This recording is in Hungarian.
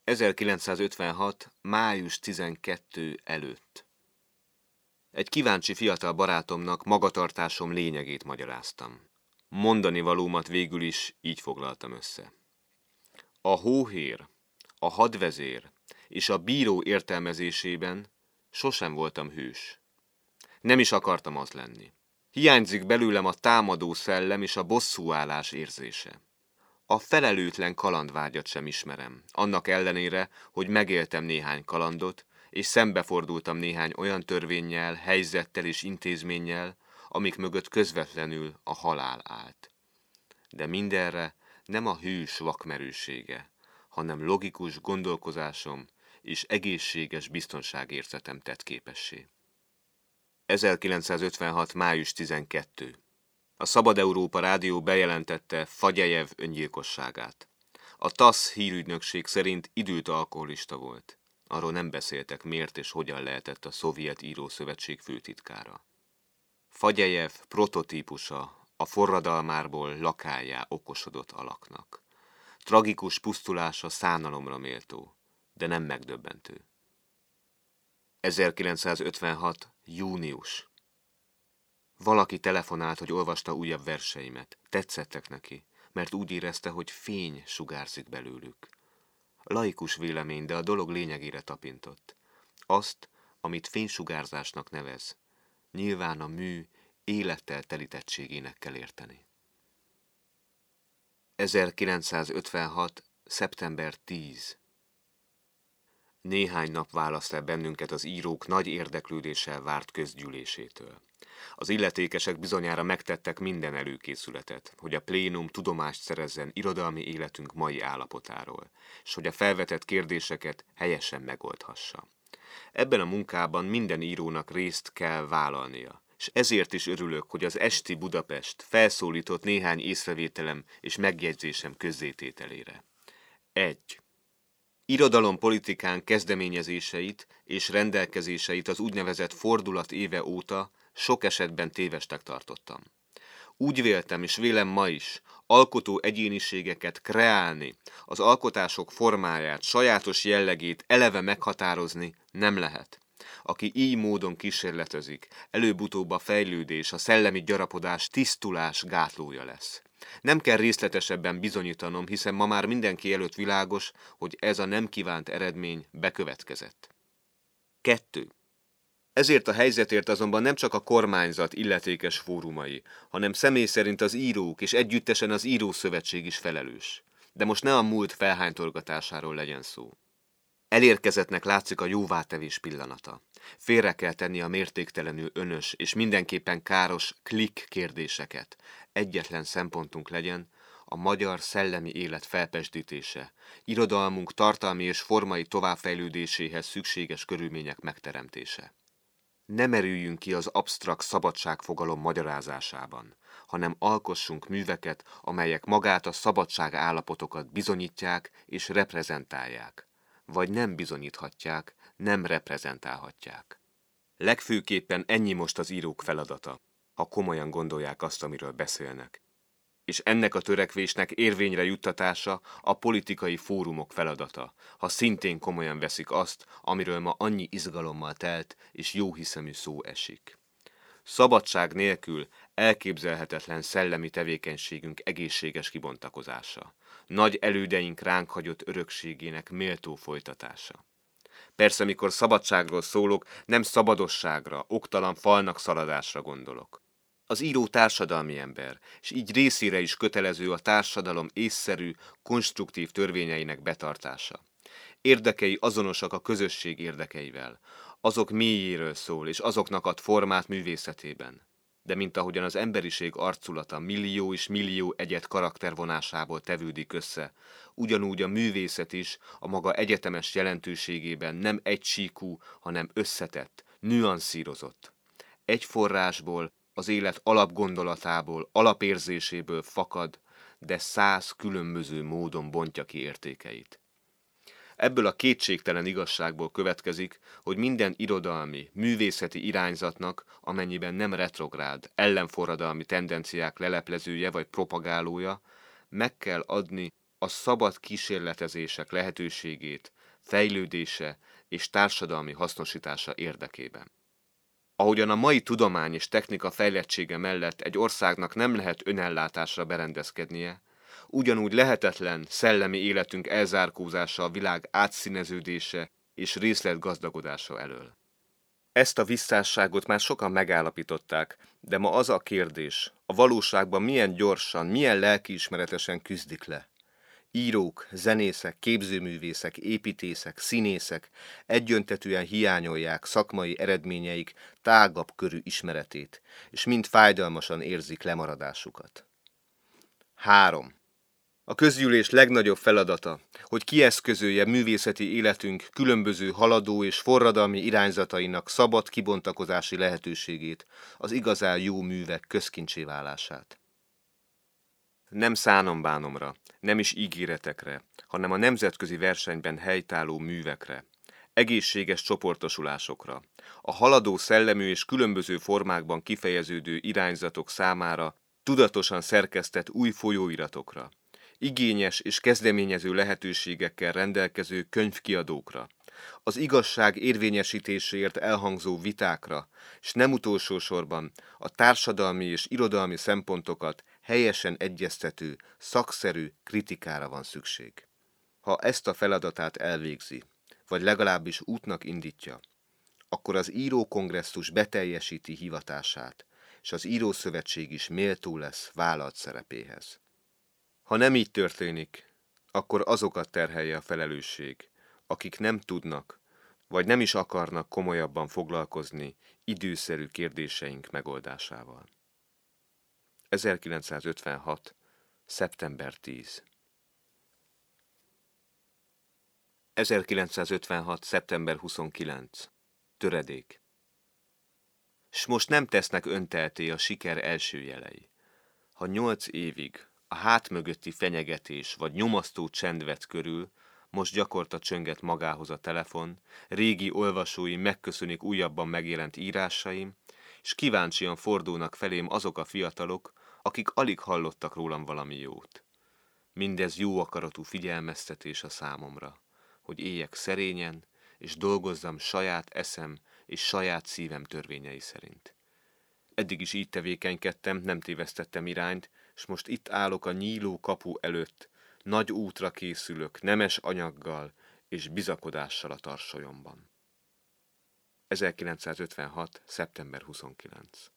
1956. május 12 előtt. Egy kíváncsi fiatal barátomnak magatartásom lényegét magyaráztam. Mondani valómat végül is így foglaltam össze. A hóhér, a hadvezér és a bíró értelmezésében sosem voltam hős. Nem is akartam az lenni. Hiányzik belőlem a támadó szellem és a bosszúállás érzése. A felelőtlen kalandvágyat sem ismerem, annak ellenére, hogy megéltem néhány kalandot, és szembefordultam néhány olyan törvénnyel, helyzettel és intézménnyel, amik mögött közvetlenül a halál állt. De mindenre nem a hős vakmerősége, hanem logikus gondolkozásom és egészséges biztonságérzetem tett képessé. 1956. május 12. A Szabad Európa Rádió bejelentette Fagyejev öngyilkosságát. A TASZ hírügynökség szerint időt alkoholista volt. Arról nem beszéltek, miért és hogyan lehetett a Szovjet Írószövetség főtitkára. Fagyejev prototípusa a forradalmárból lakályá okosodott alaknak. Tragikus pusztulása szánalomra méltó, de nem megdöbbentő. 1956. június. Valaki telefonált, hogy olvasta újabb verseimet. Tetszettek neki, mert úgy érezte, hogy fény sugárzik belőlük. Laikus vélemény, de a dolog lényegére tapintott. Azt, amit fénysugárzásnak nevez, nyilván a mű élettel telítettségének kell érteni. 1956. szeptember 10. Néhány nap választ el bennünket az írók nagy érdeklődéssel várt közgyűlésétől. Az illetékesek bizonyára megtettek minden előkészületet, hogy a plénum tudomást szerezzen irodalmi életünk mai állapotáról, és hogy a felvetett kérdéseket helyesen megoldhassa. Ebben a munkában minden írónak részt kell vállalnia, és ezért is örülök, hogy az Esti Budapest felszólított néhány észrevételem és megjegyzésem közzétételére. 1. Irodalompolitikán kezdeményezéseit és rendelkezéseit az úgynevezett fordulat éve óta sok esetben tévesnek tartottam. Úgy véltem és vélem ma is, alkotó egyéniségeket kreálni, az alkotások formáját, sajátos jellegét eleve meghatározni nem lehet. Aki így módon kísérletezik, előbb-utóbb a fejlődés, a szellemi gyarapodás, tisztulás gátlója lesz. Nem kell részletesebben bizonyítanom, hiszen ma már mindenki előtt világos, hogy ez a nem kívánt eredmény bekövetkezett. 2. Ezért a helyzetért azonban nem csak a kormányzat illetékes fórumai, hanem személy szerint az írók és együttesen az írószövetség is felelős. De most ne a múlt felhánytorgatásáról legyen szó. Elérkezettnek látszik a jóvátevés pillanata. Félre kell tenni a mértéktelenül önös és mindenképpen káros klik kérdéseket. Egyetlen szempontunk legyen a magyar szellemi élet felpezsdítése, irodalmunk tartalmi és formai továbbfejlődéséhez szükséges körülmények megteremtése. Ne merüljünk ki az absztrakt szabadságfogalom magyarázásában, hanem alkossunk műveket, amelyek magát a szabadság állapotokat bizonyítják és reprezentálják, vagy nem bizonyíthatják, nem reprezentálhatják. Legfőképpen ennyi most az írók feladata, ha komolyan gondolják azt, amiről beszélnek. És ennek a törekvésnek érvényre juttatása a politikai fórumok feladata, ha szintén komolyan veszik azt, amiről ma annyi izgalommal telt és jóhiszemű szó esik. Szabadság nélkül elképzelhetetlen szellemi tevékenységünk egészséges kibontakozása, nagy elődeink ránk hagyott örökségének méltó folytatása. Persze, mikor szabadságról szólok, nem szabadosságra, oktalan falnak szaladásra gondolok. Az író társadalmi ember, és így részére is kötelező a társadalom észszerű, konstruktív törvényeinek betartása. Érdekei azonosak a közösség érdekeivel, azok mélyéről szól, és azoknak ad formát művészetében. De mint ahogyan az emberiség arculata millió és millió egyed karaktervonásából tevődik össze, ugyanúgy a művészet is a maga egyetemes jelentőségében nem egysíkú, hanem összetett, nüanszírozott. Egy forrásból, az élet alapgondolatából, alapérzéséből fakad, de 100 különböző módon bontja ki értékeit. Ebből a kétségtelen igazságból következik, hogy minden irodalmi, művészeti irányzatnak, amennyiben nem retrográd, ellenforradalmi tendenciák leleplezője vagy propagálója, meg kell adni a szabad kísérletezések lehetőségét, fejlődése és társadalmi hasznosítása érdekében. Ahogyan a mai tudomány és technika fejlettsége mellett egy országnak nem lehet önellátásra berendezkednie, ugyanúgy lehetetlen szellemi életünk elzárkózása a világ átszíneződése és részletgazdagodása elől. Ezt a visszásságot már sokan megállapították, de ma az a kérdés, a valóságban milyen gyorsan, milyen lelkiismeretesen küzdik le. Írók, zenészek, képzőművészek, építészek, színészek egyöntetűen hiányolják szakmai eredményeik tágabb körű ismeretét, és mind fájdalmasan érzik lemaradásukat. 3. A közgyűlés legnagyobb feladata, hogy kieszközölje művészeti életünk különböző haladó és forradalmi irányzatainak szabad kibontakozási lehetőségét, az igazán jó művek közkincsé válását. Nem szánom-bánomra, nem is ígéretekre, hanem a nemzetközi versenyben helytálló művekre, egészséges csoportosulásokra, a haladó szellemű és különböző formákban kifejeződő irányzatok számára tudatosan szerkesztett új folyóiratokra, igényes és kezdeményező lehetőségekkel rendelkező könyvkiadókra, az igazság érvényesítéséért elhangzó vitákra, és nem utolsó sorban a társadalmi és irodalmi szempontokat helyesen egyeztető, szakszerű kritikára van szükség. Ha ezt a feladatát elvégzi, vagy legalábbis útnak indítja, akkor az írókongresszus beteljesíti hivatását, és az írószövetség is méltó lesz vállalt szerepéhez. Ha nem így történik, akkor azokat terhelje a felelősség, akik nem tudnak, vagy nem is akarnak komolyabban foglalkozni időszerű kérdéseink megoldásával. 1956. szeptember 10. 1956. szeptember 29. Töredék. S most nem tesznek öntelté a siker első jelei. Ha 8 évig a hát mögötti fenyegetés vagy nyomasztó csend vett körül, most gyakorta csönget magához a telefon, régi olvasói megköszönik újabban megjelent írásaim, és kíváncsian fordulnak felém azok a fiatalok, akik alig hallottak rólam valami jót. Mindez jó akaratú figyelmeztetés a számomra, hogy éljek szerényen, és dolgozzam saját eszem és saját szívem törvényei szerint. Eddig is így tevékenykedtem, nem tévesztettem irányt, és most itt állok a nyíló kapu előtt, nagy útra készülök, nemes anyaggal és bizakodással a tarsolyomban. 1956. szeptember 29.